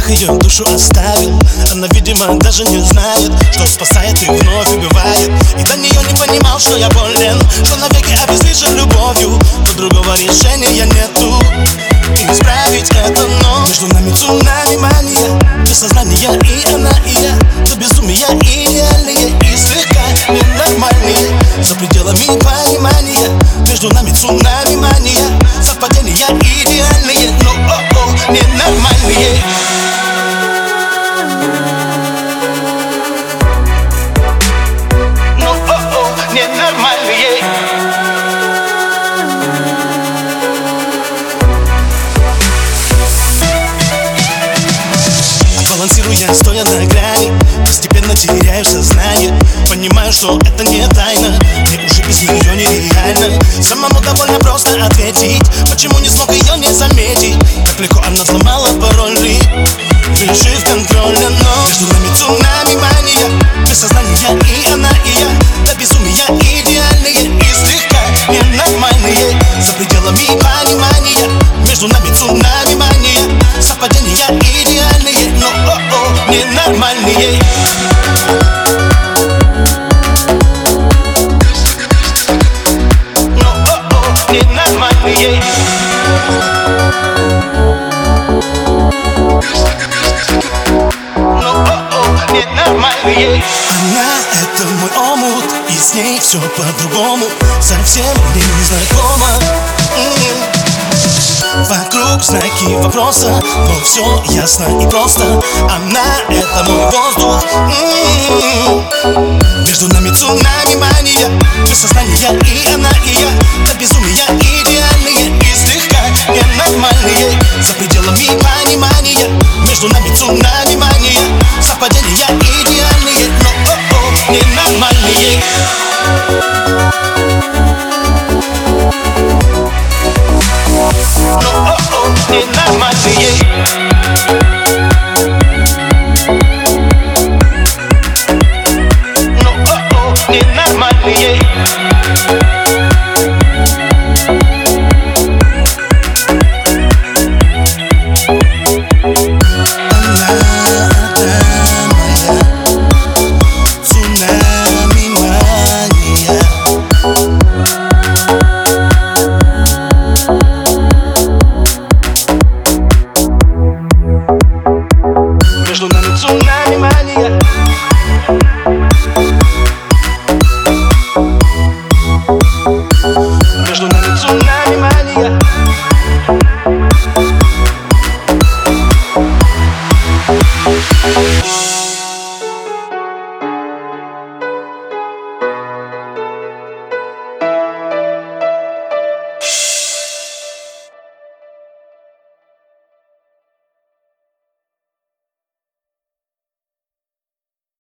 Страх ее душу оставил. Она, видимо, даже не знает, что спасает и вновь убивает. И до нее не понимал, что я болен, что навеки обезличен любовью. Но другого решения нету и исправить это, но между нами цунами мания, без сознания и она, и я. До безумия идеальные и слегка ненормальные, за пределами понимания. Между нами цунами мания, совпадения идеальные, но ненормальные. Но ненормальные. Балансируя, стоя на грани, постепенно теряю сознание. Понимаю, что это не тайна, мне уже без нее нереально. Самому довольно просто ответить, почему не смог ее не заметить. Как легко она взломала пароли, лишив контроля. Но между нами цунами мания, без сознания и она, и я. До безумия идеальные и слегка ненормальные, за пределами понимания. Между нами цунами мания, совпадения идеальные, но ненормальные. Ненормальные. Ненормальные. Она — это мой омут, и с ней все по-другому, совсем мне не знакомо. Вокруг знаки вопроса, но все ясно и просто. Она — это мой воздух. Между нами цунами мания, без сознания и она, и я. До безумия идея.